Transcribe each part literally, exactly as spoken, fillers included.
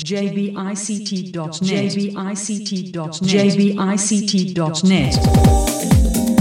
ジェイビーアイシーティードットネット ジェイビーアイシーティードットネット ジェイビーアイシーティードットネット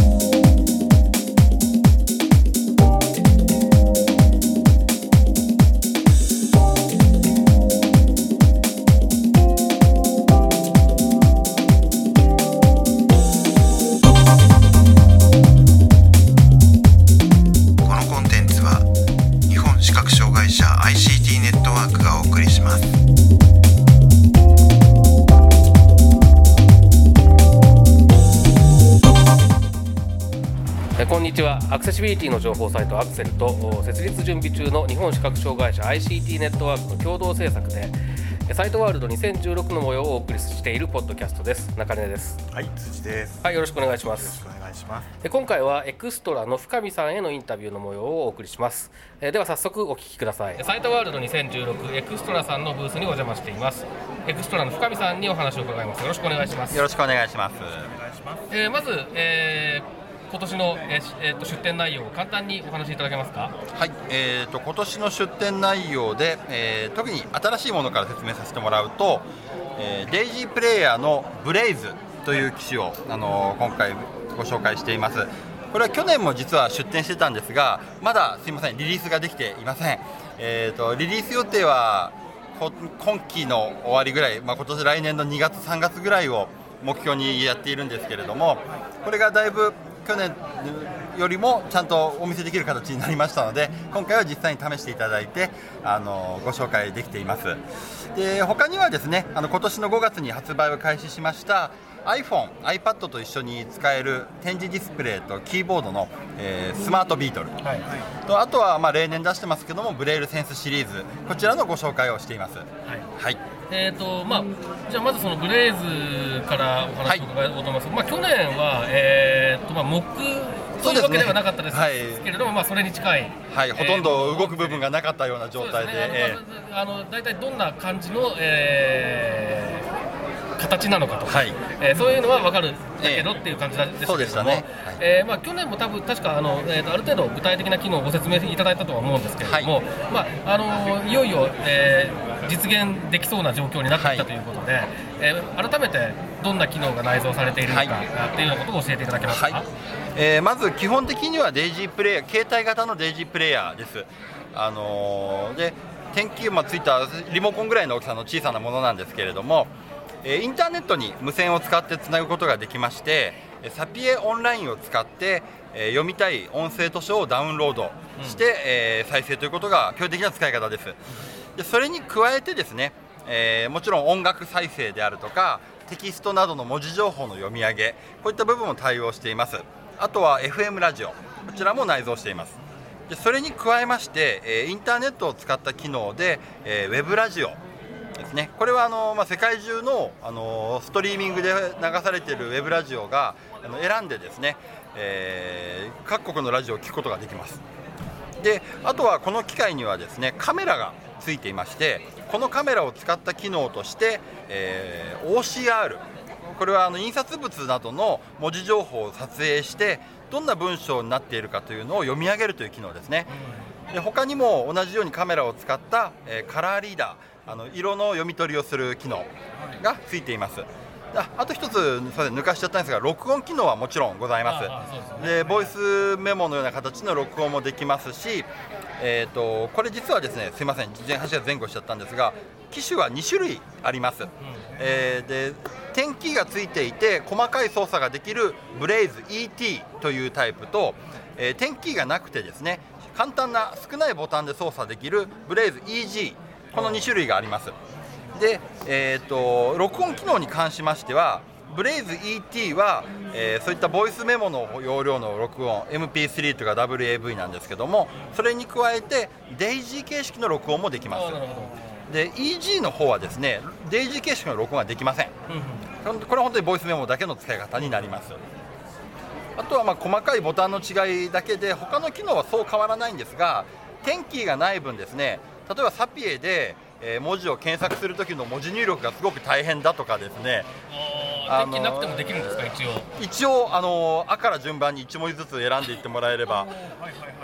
こんにちは。アクセシビリティの情報サイトアクセルと設立準備中の日本視覚障害者 アイシーティー ネットワークの共同制作でサイトワールドにせんじゅうろくの模様をお送りしているポッドキャストです。中根です。 はい、辻です。 はい、よろしくお願いします。 よろしくお願いします。 今回はエクストラの深見さんへのインタビューの模様をお送りします。では早速お聞きください。サイトワールドにせんじゅうろくエクストラさんのブースにお邪魔しています。エクストラの深見さんにお話を伺います。よろしくお願いします。 よろしくお願いします。 えー、まず、えー今年の、えーえー、と出展内容を簡単にお話しいただけますか。 はい、えー、と今年の出展内容で、えー、特に新しいものから説明させてもらうと、えー、デイジープレイヤーのブレイズという機種を、あのー、今回ご紹介しています。これは去年も実は出展してたんですが、まだすいませんリリースができていません。えー、とリリース予定は今期の終わりぐらい、まあ、今年来年のにがつさんがつぐらいを目標にやっているんですけれども、これがだいぶ去年よりもちゃんとお見せできる形になりましたので、今回は実際に試していただいてあのご紹介できています。で他にはですね、あの今年のごがつに発売を開始しました iPhone、iPad と一緒に使える展示ディスプレイとキーボードの、えー、スマートビートル、はい、とあとはまあ例年出してますけどもブレイルセンスシリーズ、こちらのご紹介をしています。はい、はいえーとまあ、じゃあまずそのブレイズからお話を伺おうと思います。はい、まあ、去年は、えーとまあ、モックというわけではなかったですけれども、まあ、それに近い、 はい、ほとんど動く部分がなかったような状態で、 えー、あの大体どんな感じの、えー、形なのかとか、はい、えー、そういうのは分かるけどっていう感じですけれども、そうでしたね。はい、えーまあ、去年も多分確かあの、えー、とある程度具体的な機能をご説明いただいたとは思うんですけれども、はい、まあ、あのいよいよ、えー実現できそうな状況になってきたということで、はい、えー、改めてどんな機能が内蔵されているのか、はい、っていうようなことを教えていただけますか。はい、 えー、まず基本的にはデイジープレイヤー、携帯型のデイジープレイヤーです。あのー、で点キーもついたリモコンぐらいの大きさの小さなものなんですけれども、えー、インターネットに無線を使ってつなぐことができまして、サピエオンラインを使って、えー、読みたい音声図書をダウンロードして、うん、えー、再生ということが基本的な使い方です。でそれに加えてですね、えー、もちろん音楽再生であるとかテキストなどの文字情報の読み上げ、こういった部分も対応しています。あとは エフエム ラジオ、こちらも内蔵しています。でそれに加えまして、えー、インターネットを使った機能で、えー、ウェブラジオですね。これはあの、まあ、世界中の、あのストリーミングで流されているウェブラジオがあの選んでですね、えー、各国のラジオを聞くことができます。であとはこの機械にはですねカメラがついていまして、このカメラを使った機能として、えー、オーシーアール、 これはあの印刷物などの文字情報を撮影してどんな文章になっているかというのを読み上げるという機能ですね。で他にも同じようにカメラを使った、えー、カラーリーダー、あの色の読み取りをする機能がついています。あ, あと一つ抜かしちゃったんですが、録音機能はもちろんございます。ああで、ね、ボイスメモのような形の録音もできますし、えー、とこれ実はですね、すいません話が前後しちゃったんですが、機種はに種類あります。うん、えー、で点キーがついていて細かい操作ができるブレイズ イーティー というタイプと、えー、点キーがなくてですね簡単な少ないボタンで操作できるブレイズ イージー、 このに種類があります。で、えー、と録音機能に関しましてはブレイズ イーティー は、えー、そういったボイスメモの容量の録音 エムピースリー とか ダブリューエーブイ なんですけども、それに加えてデイジー形式の録音もできます。で イージー の方はですねデイジー形式の録音はできません。うん、これは本当にボイスメモだけの使い方になります。あとはまあ細かいボタンの違いだけで他の機能はそう変わらないんですが、点キーがない分ですね、例えばサピエでえー、文字を検索するときの文字入力がすごく大変だとかですね、 あ点キーなくてもできるんですか。一応一応あの「あ」から順番にいち文字ずつ選んでいってもらえれば、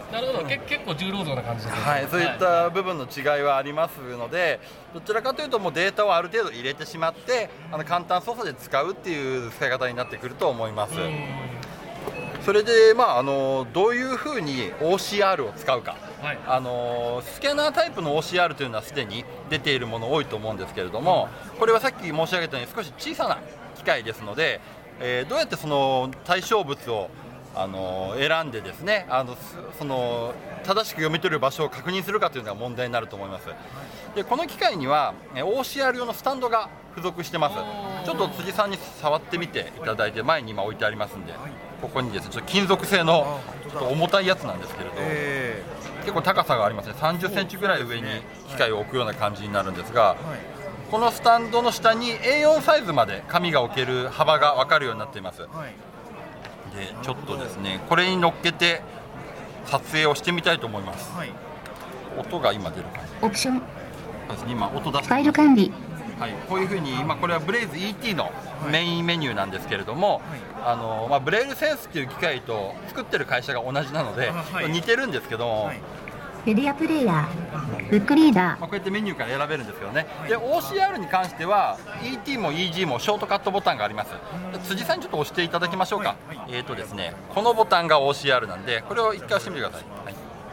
なるほど、け結構重労働な感じですね。 はい、そういった部分の違いはありますので、どちらかというともうデータをある程度入れてしまってあの簡単操作で使うっていう使い方になってくると思います。それで、まあ、あのどういうふうに オーシーアール を使うか、はい、あのスキャナータイプの オーシーアール というのはすでに出ているもの多いと思うんですけれども、これはさっき申し上げたように少し小さな機械ですので、えー、どうやってその対象物をあの選んでですね、あのその正しく読み取る場所を確認するかというのが問題になると思います。でこの機械には オーシーアール 用のスタンドが付属してます。ちょっと辻さんに触ってみていただいて、前に今置いてありますんで、ここにですねちょっと金属製のちょっと重たいやつなんですけれど、えー、結構高さがありますね。さんじゅっセンチぐらい上に機械を置くような感じになるんですが、このスタンドの下に エーよん サイズまで紙が置ける幅が分かるようになっています。でちょっとですねこれに乗っけて撮影をしてみたいと思います。音が今出るかオプション今音出してファイル管理、 はい、こういうふうに今これはブレイズ イーティー のメインメニューなんですけれども、あのまあ、ブレイルセンスっていう機械と作ってる会社が同じなので似てるんですけども、 メディアプレイヤー、ブックリーダー、 まあ、こうやってメニューから選べるんですけどね。で オーシーアール に関しては イーティー も イージー もショートカットボタンがあります。辻さんにちょっと押していただきましょうか。えーとですねこのボタンが オーシーアール なんでこれを一回押してみてください。はい、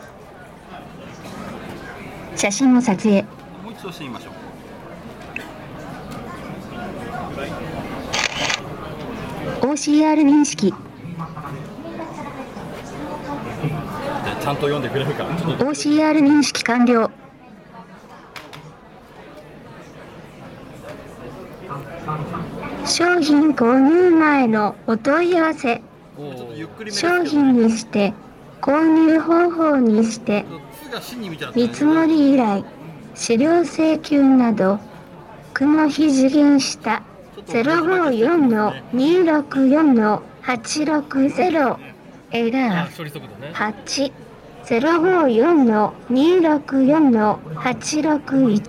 写真を撮影、 もう一度してみましょう。 オーシーアール 認識、 ちゃんと読んでくれるか。 オーシーアール 認識完了。商品購入前のお問い合わせ、商品にして購入方法にして見積もり依頼、資料請求など雲日次元したゼロごよんのにろくよんのはちろくゼロエラーはち ゼロごよんのにろくよんのはちろくいち。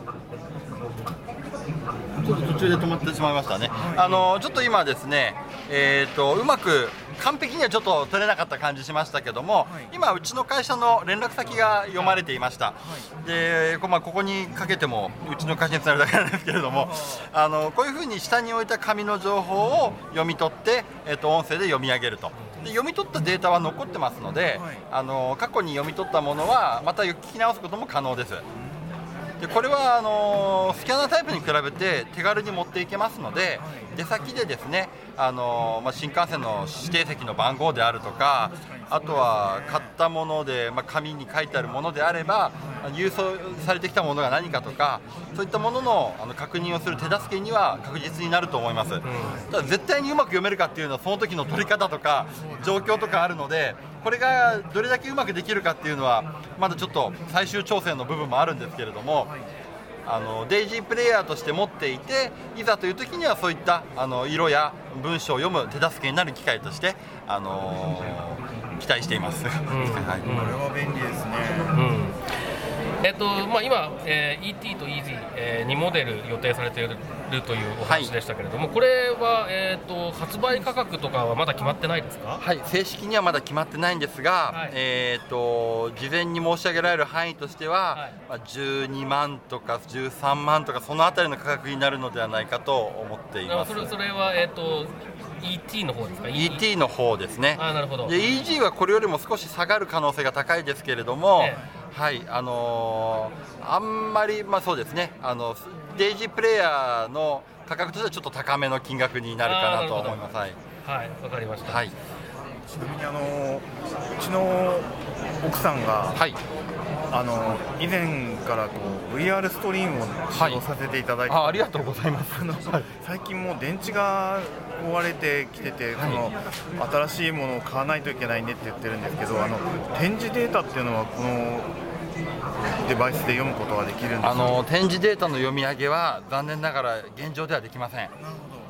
ちょっと途中で止まってしまいましたね。あのちょっと今ですね、えー、とうまく完璧にはちょっと取れなかった感じしましたけども、今うちの会社の連絡先が読まれていました。で、まあ、ここにかけてもうちの会社につながるだけなんですけれども、あのこういうふうに下に置いた紙の情報を読み取って、えー、と音声で読み上げると。で読み取ったデータは残ってますので、あの過去に読み取ったものはまた聞き直すことも可能です。でこれはあのー、スキャナータイプに比べて手軽に持っていけますので、出先でですね、あのーまあ、新幹線の指定席の番号であるとか、あとは買ったもので、まあ、紙に書いてあるものであれば郵送されてきたものが何かとか、そういったものの、あの確認をする手助けには確実になると思います。ただ絶対にうまく読めるかっていうのはその時の取り方とか状況とかあるので、これがどれだけうまくできるかっていうのはまだちょっと最終調整の部分もあるんですけれども、あのデイジープレイヤーとして持っていて、いざという時にはそういったあの色や文章を読む手助けになる機会として、あのー、期待しています。うん、はい、これは便利ですね。 うんえっとまあ、今、えー、イーティー と イージー、えー、にモデル予定されているというお話でしたけれども、はい、これは、えー、と発売価格とかはまだ決まってないですか？ はい、正式にはまだ決まってないんですが、はい、えー、と事前に申し上げられる範囲としては、はい、まあ、じゅうにまんとかじゅうさんまんとかそのあたりの価格になるのではないかと思っています。 それ、それは、えー、と イーティー の方ですか？ イーティー の方ですね。 あ、なるほど。 で イージー はこれよりも少し下がる可能性が高いですけれども、ええ、はい、あのー、あんまり、まあ、そうですね、あのデイジープレイヤーの価格としてはちょっと高めの金額になるかなと思います。はい、 はい、わかりました。 はい、ちなみにあのうちの奥さんが、はい、あの以前からこう ブイアール ストリームを使用させていただいて、 はい、あ, ありがとうございます。あの、はい、 最近もう電池が壊れてきてて、はい、その新しいものを買わないといけないねって言ってるんですけど、あの展示データっていうのはこのデバイスで読むことができるんですか？ あの展示データの読み上げは残念ながら現状ではできません。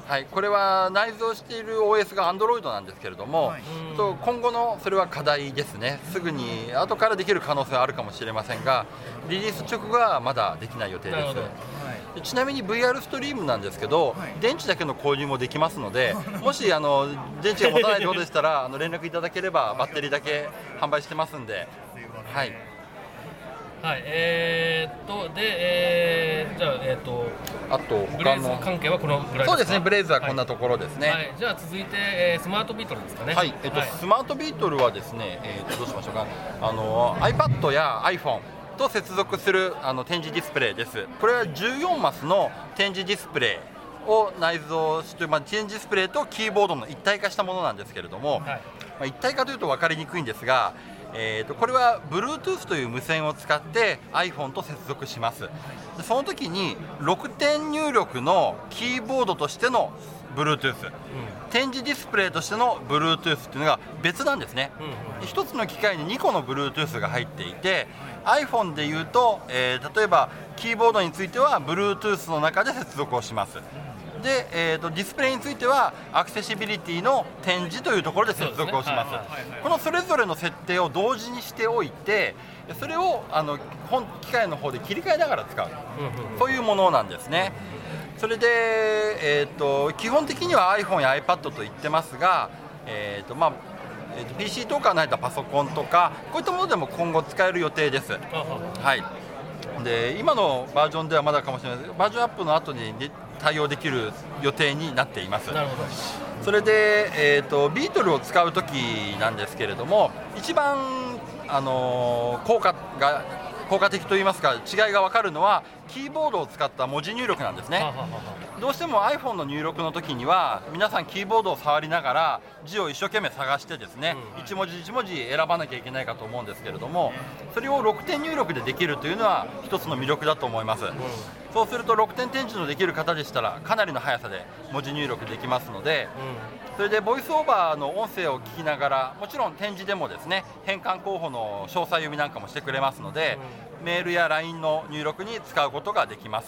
はい、これは内蔵している オーエス が Android なんですけれども、はい、と今後のそれは課題ですね。すぐに後からできる可能性はあるかもしれませんが、リリース直後はまだできない予定です。でちなみに ブイアール ストリームなんですけど、はい、電池だけの購入もできますので、もしあの電池が持たないということでしたらあの連絡いただければバッテリーだけ販売してますんで、はい。 はい、えー、っとで、えー、じゃあえー、っとあとブレイズ関係はこのぐらいですか。 そうですね、ブレイズはこんなところですね。 はいはい、じゃあ続いて、えー、スマートビートルですかね。 はい、えーとはい、スマートビートルはですね、えー、とどうしましょうか。あの iPad や iPhoneと接続するあの展示ディスプレイです。これはじゅうよんマスの展示ディスプレイを内蔵して、まあ、展示ディスプレイとキーボードの一体化したものなんですけれども、はい、まあ、一体化というと分かりにくいんですが、えー、とこれは Bluetooth という無線を使って iPhone と接続します。でその時にろくてん入力のキーボードとしての Bluetooth、うん、展示ディスプレイとしての Bluetooth っていうのが別なんですね。うん、一つの機械ににこの Bluetooth が入っていて、 iPhone でいうと、えー、例えばキーボードについては Bluetooth の中で接続をします。で、えー、とディスプレイについてはアクセシビリティの展示というところで接続をします。このそれぞれの設定を同時にしておいて、それをあの本機械の方で切り替えながら使う、そういうものなんですね。それで、えー、と基本的には iPhone や iPad と言ってますが、えーとまあえー、と ピーシー とかないとパソコンとかこういったものでも今後使える予定です。はい、で今のバージョンではまだかもしれないですけど、バージョンアップの後に対応できる予定になっています。なるほど。それで、えー、とビートルを使うときなんですけれども、一番、あのー、効果が効果的といいますか違いが分かるのはキーボードを使った文字入力なんですね。ははははどうしても iPhone の入力の時には皆さんキーボードを触りながら字を一生懸命探してですね、うん、一文字一文字選ばなきゃいけないかと思うんですけれども、それをろくてん入力でできるというのは一つの魅力だと思います。うん、そうするとろくてん展示のできる方でしたらかなりの速さで文字入力できますので、うん、それでボイスオーバーの音声を聞きながら、もちろん展示でもですね変換候補の詳細読みなんかもしてくれますので、うん、メールや ライン の入力に使うことができます。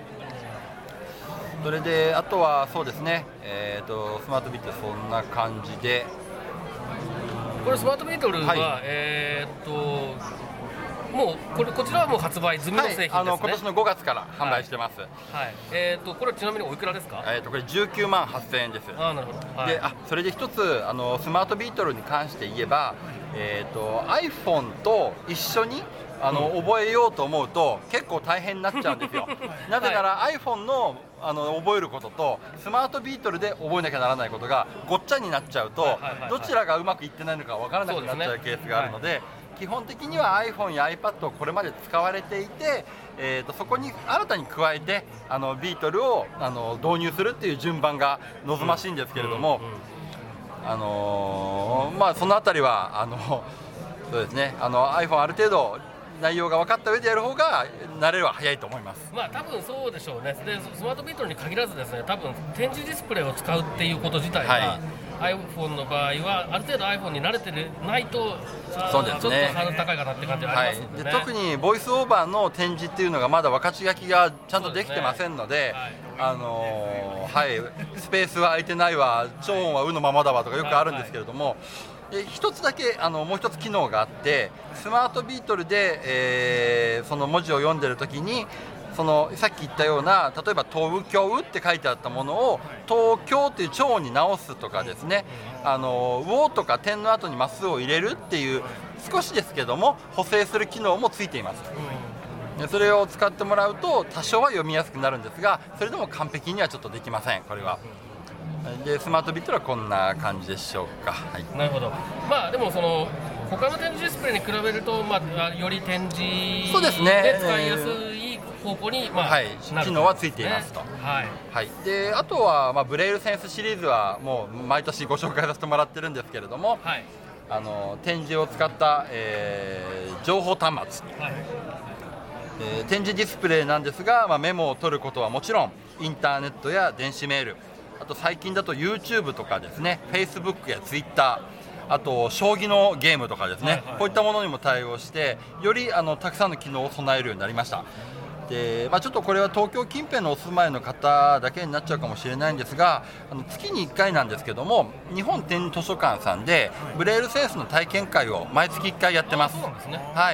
それであとはそうですね、えー、とスマートビートルそんな感じで、 これスマートビートルは、はい、えー、っともうこれこちらはもう発売済みの製品ですね。はい、あの今年のごがつから販売してます。はいはい、えー、っとこれはちなみにおいくらですか。 えー、っとこれじゅうきゅうまんはっせんえんです。 あ、なるほど。はい、 であそれで一つあのスマートビートルに関して言えば、えー、と iPhone と一緒にあの、うん、覚えようと思うと結構大変になっちゃうんですよ。なぜなら、はい、iPhone の, あの覚えることとスマートビートルで覚えなきゃならないことがごっちゃになっちゃうと、はいはいはいはい、どちらがうまくいってないのか分からなくなっちゃうケースがあるので、基本的には iPhone や iPad をこれまで使われていて、えー、とそこに新たに加えてあのビートルをあの導入するっていう順番が望ましいんですけれども、あのー、まあそのあたりはあのそうですね、あの iPhone ある程度内容が分かった上でやる方が慣れは早いと思います。 まあ多分そうでしょうね。でスマートビートルに限らずですね、多分展示ディスプレイを使うっていうこと自体が、はい、iPhone の場合はある程度 iPhone に慣れてないとそうです、ね、ちょっとハードル高いかなって感じがありますのでね。 はい、で特にボイスオーバーの展示っていうのがまだ分かち書きがちゃんとできてませんので、あのー、はい、スペースは空いてないわ、超音はうのままだわとかよくあるんですけれども、はいはい、で一つだけあのもう一つ機能があって、スマートビートルで、えー、その文字を読んでるときにそのさっき言ったような例えば東京って書いてあったものを東京という超音に直すとかですね、あのウォーとか点の後にマスを入れるっていう少しですけども補正する機能もついています。それを使ってもらうと多少は読みやすくなるんですが、それでも完璧にはちょっとできません。これはでスマートビートルはこんな感じでしょうか。はい、 なるほど。まあでもその他の展示ディスプレイに比べると、まあ、より展示で使いやすい方向に、まあ、 はい、機能はついていますと。 はいはい、であとは、まあ、ブレイルセンスシリーズはもう毎年ご紹介させてもらってるんですけれども、はい、あの展示を使った、えー、情報端末、はい、えー、展示ディスプレイなんですが、まあ、メモを取ることはもちろんインターネットや電子メール、あと最近だと YouTube とかですね、 Facebook や Twitter、あと将棋のゲームとかですね、はいはい、こういったものにも対応してよりあのたくさんの機能を備えるようになりました。 でまあ、ちょっとこれは東京近辺のお住まいの方だけになっちゃうかもしれないんですが、あの月にいっかいなんですけども、日本点字図書館さんでブレイルセンスの体験会を毎月いっかいやってます。はい、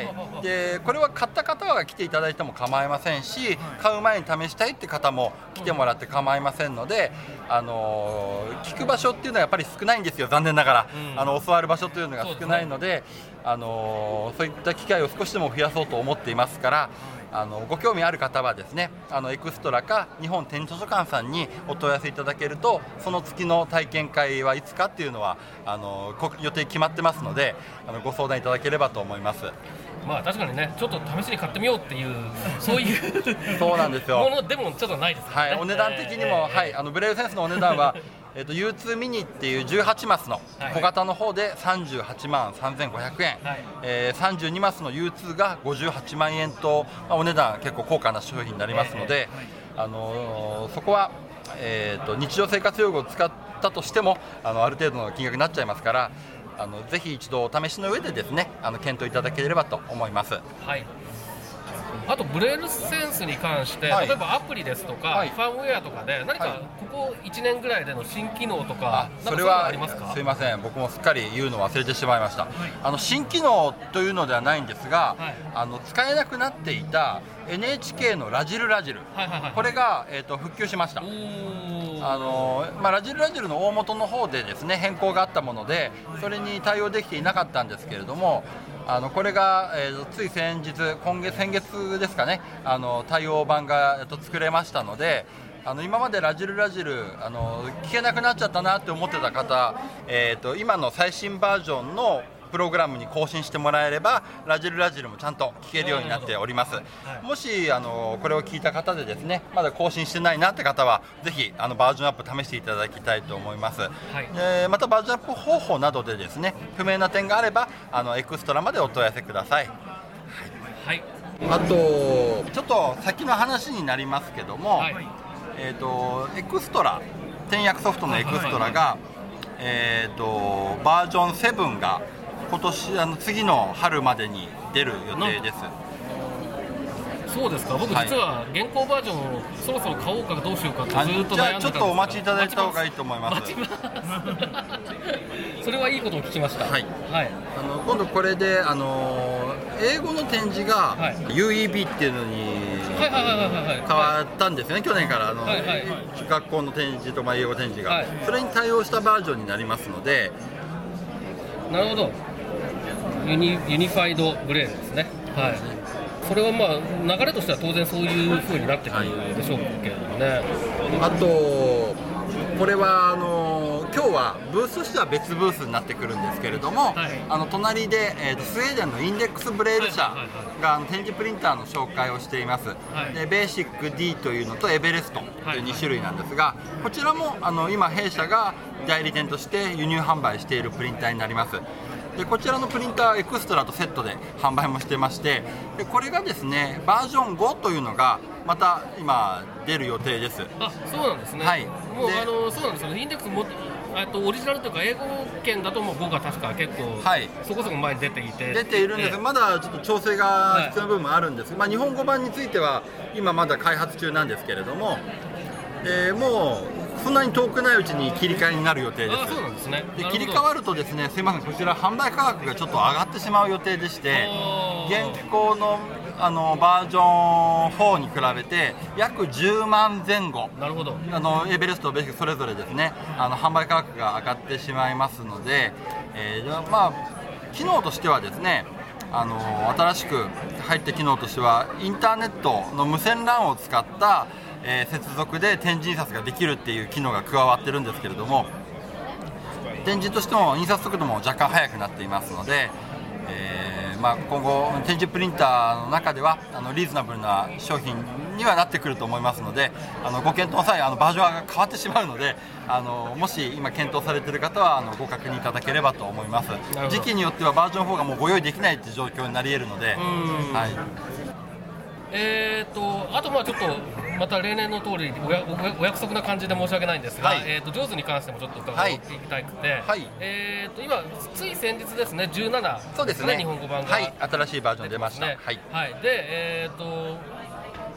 でこれは買った方は来ていただいても構いませんし、買う前に試したいって方も来てもらって構いませんので、あの聞く場所っていうのはやっぱり少ないんですよ、残念ながら、うん、あの教わる場所というのが少ないので、あのそういった機会を少しでも増やそうと思っていますから、あのご興味ある方はですね、あのエクストラか日本点字図書館さんにお問い合わせいただけると、その月の体験会はいつかっていうのはあの予定決まってますので、あのご相談いただければと思います。 まあ確かにね、ちょっと試しに買ってみようっていうそういうそうなんですよものでもちょっとないですね。 はい、お値段的にも、えー、はい、あのブレイルセンスのお値段はえーと ユーツー ミニっていうじゅうはちマスの小型の方でさんじゅうはちまんさんぜんごひゃくえん、はい、えー、さんじゅうにマスの ユーツー がごじゅうはちまんえんと、まあ、お値段結構高価な商品になりますので、えーはい、あのー、そこは、えーと日常生活用具を使ったとしても あのある程度の金額になっちゃいますから、あのぜひ一度お試しの上でですね、あの検討いただければと思います。 はい、あとブレイルセンスに関して、はい、例えばアプリですとか、はい、ファームウェアとかで何かここいちねんぐらいでの新機能とか、 それはありますか？すいません、僕もすっかり言うの忘れてしまいました、はい、あの新機能というのではないんですが、はい、あの使えなくなっていた エヌエイチケー のラジルラジル、はいはいはい、これが、えーと、復旧しました。あのまあ、ラジルラジルの大元の方でですね、変更があったもので、それに対応できていなかったんですけれども、あのこれが、えー、つい先日今月先月ですかね、あの対応版が、えー、と作れましたので、あの今までラジルラジルあの聞けなくなっちゃったなって思ってた方、えー、と今の最新バージョンのプログラムに更新してもらえれば、ラジルラジルもちゃんと聞けるようになっております。はい、もしあのこれを聞いた方でですね、まだ更新してないなって方は、ぜひあのバージョンアップ試していただきたいと思います。はい、えー、またバージョンアップ方法などでですね、不明な点があればあのエクストラまでお問い合わせください。はい、あとちょっと先の話になりますけども、はい、えーとエクストラ、点訳ソフトのエクストラが、はい、えーとバージョンセブンが今年あの次の春までに出る予定です。 そうですか。僕実は現行バージョンをそろそろ買おうかどうしようかってずっと悩んでたんですが、 じゃあちょっとお待ちいただいた方がいいと思います。 待ちますそれはいいことを聞きました。はい、 はい、あの今度これであの英語の展示が ユーイービー っていうのに変わったんですよね、去年からあの、はいはいはい、学校の展示とまあ英語展示が、はい、それに対応したバージョンになりますので。 なるほど。ユニ、ユニファイドブレイルですね。はい。それはまあ流れとしては当然そういう風になってくるでしょうけれどもね。 あとこれはあの今日はブースとしては別ブースになってくるんですけれども、はい、あの隣で、えーと、スウェーデンのインデックスブレイル社が点字プリンターの紹介をしています。はい、でベーシック D というのとエベレストというに種類なんですが、こちらもあの今弊社が代理店として輸入販売しているプリンターになります。でこちらのプリンターエクストラとセットで販売もしてまして、でこれがですねバージョンごというのがまた今出る予定です。 あ、そうなんですね。はい、もうあのそうなんですよね。インデックスもあとオリジナルというか英語圏だともうごが確か結構、はい、そこそこ前に出ていて出ているんですが、まだちょっと調整が必要な部分もあるんです、はい、まあ、日本語版については今まだ開発中なんですけれども、えー、もうそんなに遠くないうちに切り替えになる予定です。 あ、そうなんですね。 で切り替わるとですね、すいません、こちら販売価格がちょっと上がってしまう予定でして、現行のあのバージョンフォーに比べて約じゅうまんぜん後、 なるほど、 あのエベレストとベーシックそれぞれですね、あの販売価格が上がってしまいますので、えー、まあ機能としてはですね、あの新しく入った機能としてはインターネットの無線 ラン を使ったえー、接続で点字印刷ができるっていう機能が加わってるんですけれども、点字としても印刷速度も若干速くなっていますので、えーまあ、今後点字プリンターの中ではあのリーズナブルな商品にはなってくると思いますので、あのご検討の際あのバージョンが変わってしまうので、あのもし今検討されている方はあのご確認いただければと思います。時期によってはバージョンフォーがもうご用意できないという状況になり得るので、はい、 えーとあとまあちょっとまた例年の通り お, や お, お約束な感じで申し訳ないんですが、はい、えーとジョーズに関してもちょっと伺っていきたくて、はい、えーと今つい先日ですね、じゅうななですね、そうですね、日本語版が、 はい、新しいバージョン出ました。ね、はい、 はい、でえーと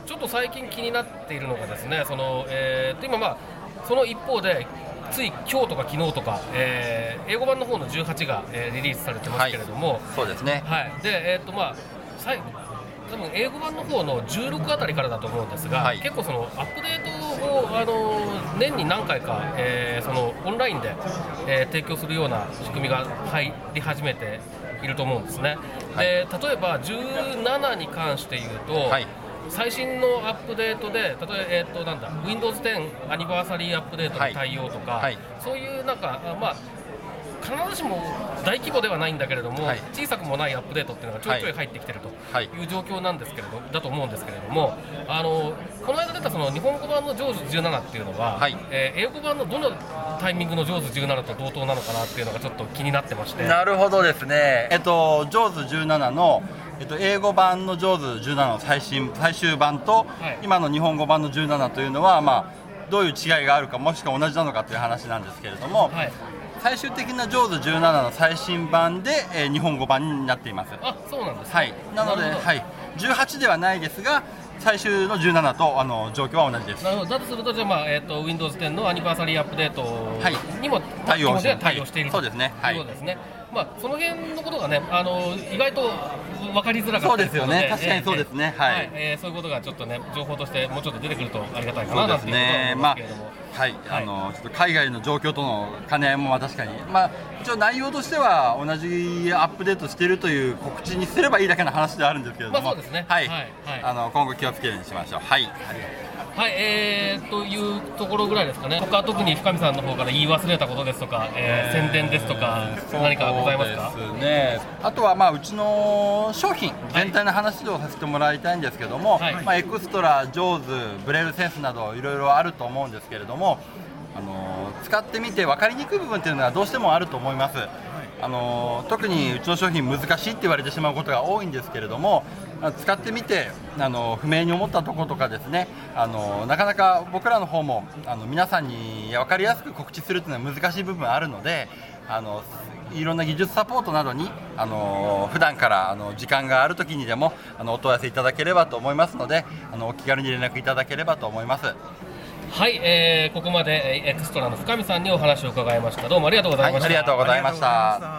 ちょっと最近気になっているのがですね、その、えー、と今まあその一方でつい今日とか昨日とか、えー、英語版の方のじゅうはちが、えー、リリースされてますけれども、はい、 そうですね、 はい、で、えーとまあ、最後多分英語版の方のじゅうろくあたりからだと思うんですが、はい、結構そのアップデートを、あのー、年に何回か、えー、そのオンラインで、えー、提供するような仕組みが入り始めていると思うんですね、はい、で例えばじゅうななに関して言うと、はい、最新のアップデートで例えば、えー、となんだ ウィンドウズテン アニバーサリーアップデートに対応とか、はいはい、そういうなんか、まあ必ずしも大規模ではないんだけれども、はい、小さくもないアップデートっていうのがちょいちょい入ってきているという状況なんですけれど、だと思うんですけれども、あのこの間出たその日本語版のジョーズじゅうななっていうのは、はい、えー、英語版のどのタイミングのジョーズじゅうななと同等なのかなっていうのがちょっと気になってまして。 なるほどですね、えっと、ジョーズじゅうななのえっと、英語版のジョーズじゅうななの最新最終版と、はい、今の日本語版のじゅうななというのは、まあ、どういう違いがあるかもしくは同じなのかという話なんですけれども、はい、最終的なジョーズじゅうななの最新版で、えー、日本語版になっています。 あ、そうなんですね、 はい、なので、はい、じゅうはちではないですが最終のじゅうななとあの状況は同じです。 なるほど。だとするとじゃあ、まあえー、と ウィンドウズテン のアニバーサリーアップデートにも、はい、 対応して、 対応している、 はい、そうですね、 はい、ということですね。まあ、その辺のことがね、あの意外と分かりづらかったですので、 そうですよね、確かにそうですね、 えーはいはい、えー、そういうことがちょっとね情報としてもうちょっと出てくるとありがたいかななんていうことは思いますけれども、 はい、はい、あのちょっと海外の状況との兼ね合いも確かに、まあ、一応内容としては同じアップデートしているという告知にすればいいだけの話ではあるんですけれども、 まあ、そうですね、 はい、はい、あの今後気をつけるようにしましょう。はい、 はい、えー、というところぐらいですかね。他特に深見さんの方から言い忘れたことですとか、えー、宣伝ですとか何かございますか？ そうですね、あとはまあうちの商品全体の話をさせてもらいたいんですけども、はい、まあ、エクストラ、ジョーズ、ブレールセンスなどいろいろあると思うんですけれども、あの使ってみて分かりにくい部分というのはどうしてもあると思います。あの特にうちの商品難しいって言われてしまうことが多いんですけれども、使ってみてあの不明に思ったところとかですね、あのなかなか僕らの方もあの皆さんに分かりやすく告知するというのは難しい部分あるので、あのいろんな技術サポートなどにあの普段からあの時間があるときにでもあのお問い合わせいただければと思いますので、あのお気軽に連絡いただければと思います。 はい、えー、ここまでエクストラの深見さんにお話を伺いました。どうもありがとうございました。 はい、ありがとうございました。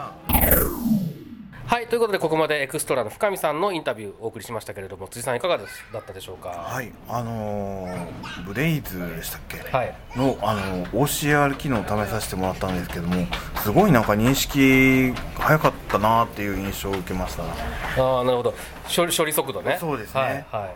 はい、ということでここまでエクストラの深見さんのインタビューをお送りしましたけれども、辻さんいかがですだったでしょうか？ はい、あのー、ブレイズでしたっけ、 はい、 の、あのー、オーシーアール 機能を試させてもらったんですけども、すごいなんか認識早かったなっていう印象を受けました。 ああ、なるほど。処理、処理速度ね。 そうですね、 はいはい、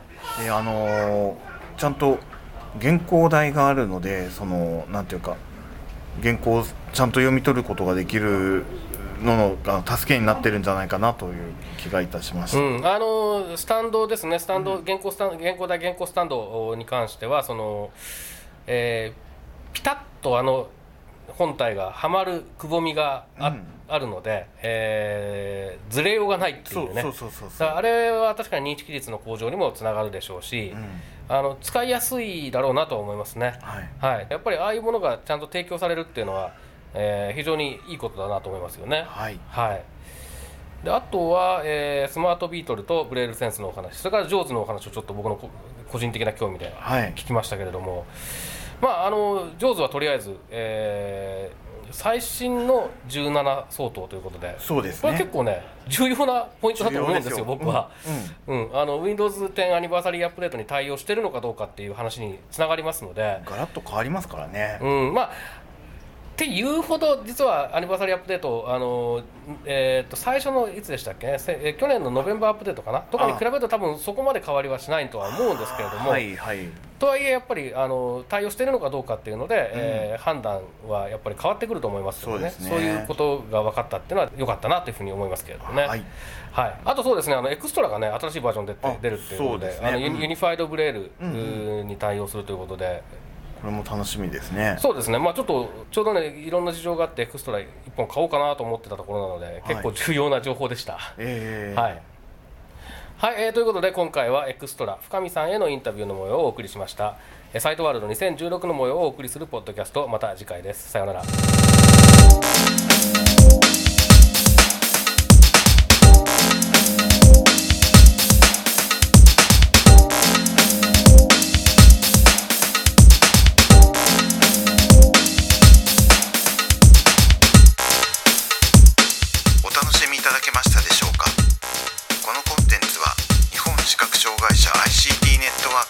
であのー、ちゃんと原稿台があるので、そのなんていうか原稿をちゃんと読み取ることができるのの助けになってるんじゃないかなという気がいたしました、 うん、あのスタンドですね、スタンド、うん、原稿スタン原稿台原稿スタンドに関してはその、えー、ピタッとあの本体がはまるくぼみが あ,、うん、あるので、えー、ずれようがないっていうね。あれは確かに認識率の向上にもつながるでしょうし、うん、あの使いやすいだろうなと思いますね、はいはい、やっぱりああいうものがちゃんと提供されるっていうのは、えー、非常にいいことだなと思いますよね。 はいはい、であとは、えー、スマートビートルとブレールセンスのお話、それからジョーズのお話をちょっと僕の個人的な興味で聞きましたけれども、はい、まあ、あのジョーズはとりあえず、えー、最新のじゅうなな相当ということで、 そうですね、 これは結構ね重要なポイントだと思うんですよ、ですよ僕は、うんうんうん、あの ウィンドウズテン アニバーサリーアップデートに対応しているのかどうかっていう話につながりますので、 ガラッと変わりますからね、 うん、まあっていうほど実はアニバーサリーアップデート、あの、えー、と最初のいつでしたっけ、ね、え去年のノベンバーアップデートかなとかに比べると多分そこまで変わりはしないとは思うんですけれども、 はいはい、 とはいえやっぱりあの対応しているのかどうかっていうので、うん、えー、判断はやっぱり変わってくると思いますので、ね、そうですね、そういうことが分かったっていうのは良かったなというふうに思いますけれどもね、はいはい、あとそうですね、あのエクストラがね新しいバージョンで出るっていうことで、あのユニファイドブレールに対応するということで、 これも楽しみですね。 そうですね、まあ、ちょっとちょうどねいろんな事情があってエクストラいっぽん買おうかなと思ってたところなので、はい、結構重要な情報でした、 えーはいはい、えー、ということで今回はエクストラ深見さんへのインタビューの模様をお送りしました。サイトワールドにせんじゅうろくの模様をお送りするポッドキャスト、また次回です。さようなら。 いただけましたでしょうか。このコンテンツは日本視覚障害者 アイシーティー ネットワーク